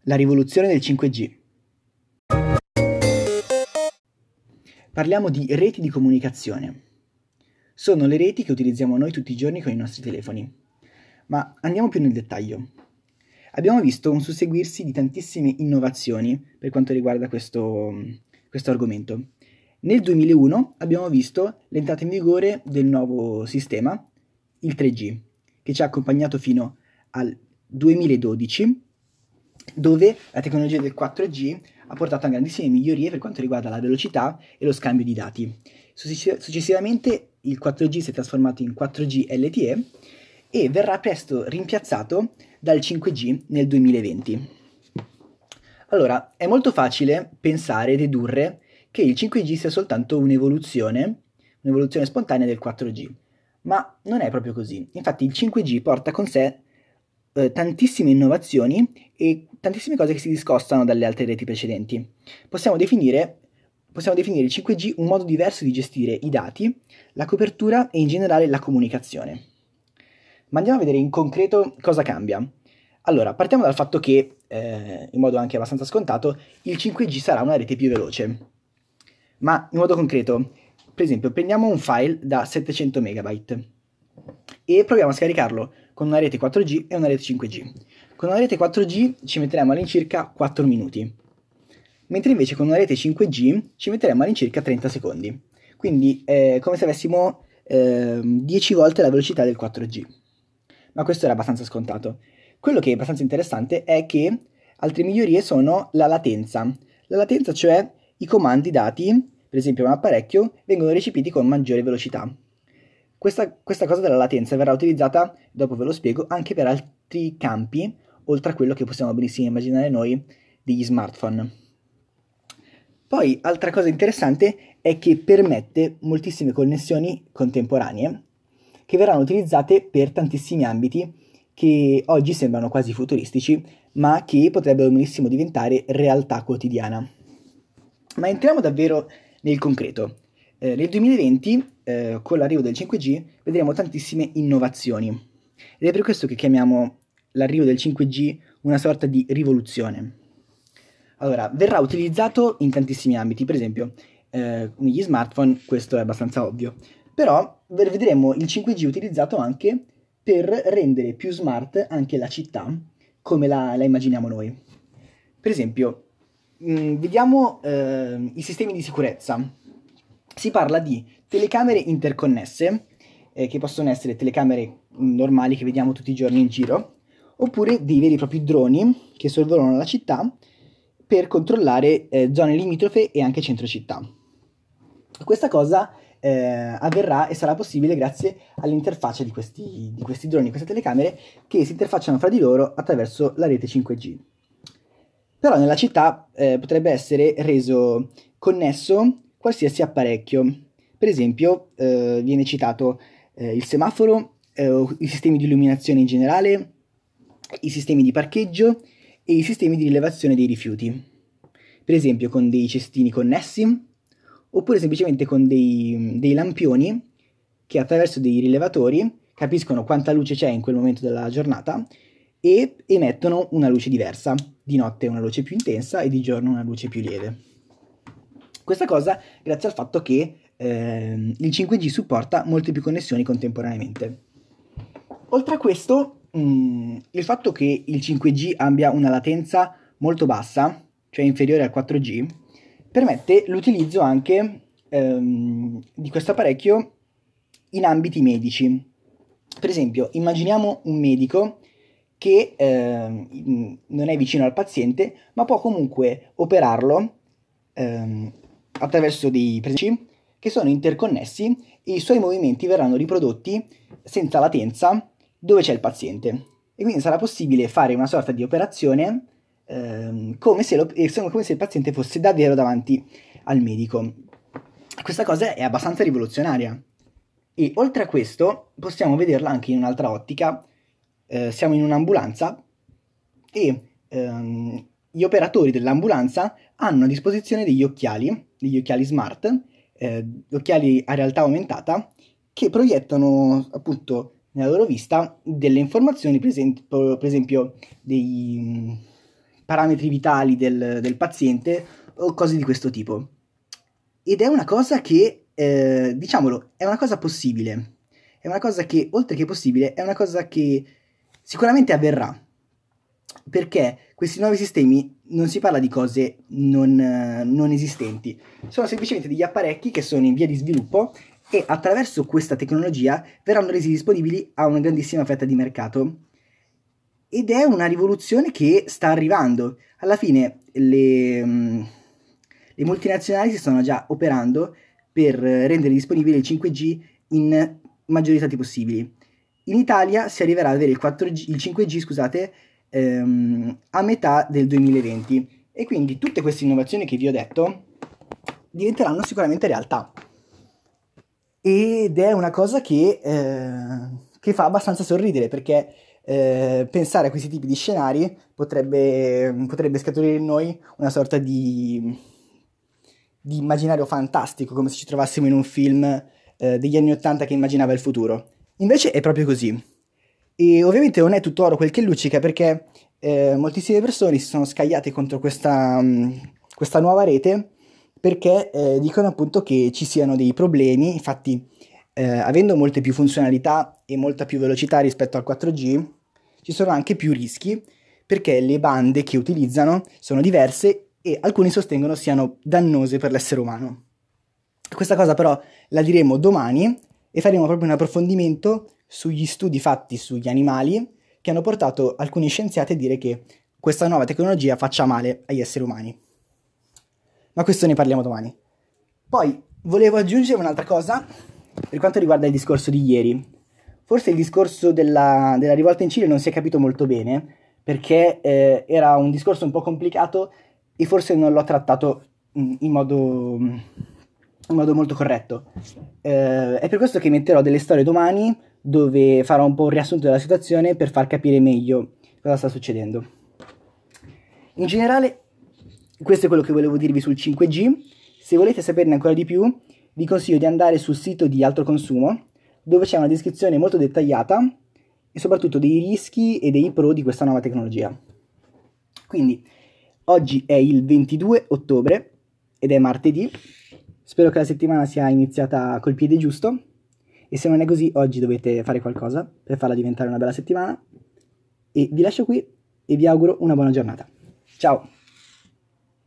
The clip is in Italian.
La rivoluzione del 5G. Parliamo di reti di comunicazione. Sono le reti che utilizziamo noi tutti i giorni con i nostri telefoni. Ma andiamo più nel dettaglio. Abbiamo visto un susseguirsi di tantissime innovazioni per quanto riguarda questo argomento. Nel 2001 abbiamo visto l'entrata in vigore del nuovo sistema, il 3G, che ci ha accompagnato fino al 2012, dove la tecnologia del 4G ha portato a grandissime migliorie per quanto riguarda la velocità e lo scambio di dati. Successivamente il 4G si è trasformato in 4G LTE e verrà presto rimpiazzato dal 5G nel 2020. Allora, è molto facile pensare e dedurre che il 5G sia soltanto un'evoluzione spontanea del 4G, ma non è proprio così. Infatti il 5G porta con sé tantissime innovazioni e tantissime cose che si discostano dalle altre reti precedenti. Possiamo definire il 5G un modo diverso di gestire i dati, la copertura e in generale la comunicazione. Ma andiamo a vedere in concreto cosa cambia. Allora, partiamo dal fatto che, in modo anche abbastanza scontato, il 5G sarà una rete più veloce. Ma in modo concreto, per esempio, prendiamo un file da 700 MB e proviamo a scaricarlo con una rete 4G e una rete 5G. Con una rete 4G ci metteremo all'incirca 4 minuti, mentre invece con una rete 5G ci metteremo all'incirca 30 secondi. Quindi è come se avessimo 10 volte la velocità del 4G. Ma questo era abbastanza scontato. Quello che è abbastanza interessante è che altre migliorie sono la latenza. La latenza, cioè i comandi dati, per esempio a un apparecchio, vengono recepiti con maggiore velocità. Questa cosa della latenza verrà utilizzata, dopo ve lo spiego, anche per altri campi, oltre a quello che possiamo benissimo immaginare noi degli smartphone. Poi, altra cosa interessante è che permette moltissime connessioni contemporanee che verranno utilizzate per tantissimi ambiti che oggi sembrano quasi futuristici, ma che potrebbero benissimo diventare realtà quotidiana. Ma entriamo davvero nel concreto. Nel 2020, con l'arrivo del 5G, vedremo tantissime innovazioni. Ed è per questo che chiamiamo l'arrivo del 5G una sorta di rivoluzione. Allora, verrà utilizzato in tantissimi ambiti, per esempio, negli smartphone, questo è abbastanza ovvio, però vedremo il 5G utilizzato anche per rendere più smart anche la città, come la immaginiamo noi. Per esempio, vediamo i sistemi di sicurezza. Si parla di telecamere interconnesse, che possono essere telecamere normali che vediamo tutti i giorni in giro, oppure dei veri e propri droni che sorvolano la città per controllare zone limitrofe e anche centro città. Questa cosa avverrà e sarà possibile grazie all'interfaccia di questi droni, di queste telecamere che si interfacciano fra di loro attraverso la rete 5G. Però nella città potrebbe essere reso connesso qualsiasi apparecchio. Per esempio viene citato il semaforo, i sistemi di illuminazione in generale, i sistemi di parcheggio e i sistemi di rilevazione dei rifiuti. Per esempio con dei cestini connessi, oppure semplicemente con dei lampioni che attraverso dei rilevatori capiscono quanta luce c'è in quel momento della giornata e emettono una luce diversa. Di notte una luce più intensa e di giorno una luce più lieve. Questa cosa grazie al fatto che il 5G supporta molte più connessioni contemporaneamente. Oltre a questo, il fatto che il 5G abbia una latenza molto bassa, cioè inferiore al 4G, permette l'utilizzo anche di questo apparecchio in ambiti medici. Per esempio, immaginiamo un medico che non è vicino al paziente, ma può comunque operarlo attraverso dei preci che sono interconnessi e i suoi movimenti verranno riprodotti senza latenza dove c'è il paziente. E quindi sarà possibile fare una sorta di operazione come se il paziente fosse davvero davanti al medico. Questa cosa è abbastanza rivoluzionaria. E oltre a questo possiamo vederla anche in un'altra ottica. Siamo in un'ambulanza e gli operatori dell'ambulanza hanno a disposizione degli occhiali smart, occhiali a realtà aumentata, che proiettano appunto nella loro vista delle informazioni, per esempio dei parametri vitali del paziente o cose di questo tipo. Ed è una cosa che, diciamolo, è una cosa possibile. È una cosa che, oltre che possibile, è una cosa che sicuramente avverrà. Perché questi nuovi sistemi non si parla di cose non esistenti, sono semplicemente degli apparecchi che sono in via di sviluppo e attraverso questa tecnologia verranno resi disponibili a una grandissima fetta di mercato. Ed è una rivoluzione che sta arrivando. Alla fine le multinazionali si stanno già operando per rendere disponibile il 5G in maggiori stati possibili. In Italia si arriverà ad avere il 5G, scusate, a metà del 2020 e quindi tutte queste innovazioni che vi ho detto diventeranno sicuramente realtà. Ed è una cosa che fa abbastanza sorridere, perché pensare a questi tipi di scenari potrebbe scaturire in noi una sorta di immaginario fantastico, come se ci trovassimo in un film degli anni '80 che immaginava il futuro. Invece è proprio così. E ovviamente non è tutto oro quel che luccica, perché moltissime persone si sono scagliate contro questa nuova rete perché dicono appunto che ci siano dei problemi. Infatti, avendo molte più funzionalità e molta più velocità rispetto al 4G, ci sono anche più rischi, perché le bande che utilizzano sono diverse e alcuni sostengono siano dannose per l'essere umano. Questa cosa però la diremo domani e faremo proprio un approfondimento sugli studi fatti sugli animali che hanno portato alcuni scienziati a dire che questa nuova tecnologia faccia male agli esseri umani. Ma questo ne parliamo domani. Poi volevo aggiungere un'altra cosa per quanto riguarda il discorso di ieri. Forse il discorso della rivolta in Cile non si è capito molto bene, perché era un discorso un po' complicato e forse non l'ho trattato in modo molto corretto. È per questo che metterò delle storie domani dove farò un po' un riassunto della situazione per far capire meglio cosa sta succedendo. In generale, questo è quello che volevo dirvi sul 5G. Se volete saperne ancora di più, vi consiglio di andare sul sito di Altro Consumo, dove c'è una descrizione molto dettagliata e soprattutto dei rischi e dei pro di questa nuova tecnologia. Quindi, oggi è il 22 ottobre ed è martedì. Spero che la settimana sia iniziata col piede giusto e se non è così, oggi dovete fare qualcosa per farla diventare una bella settimana. E vi lascio qui e vi auguro una buona giornata. Ciao!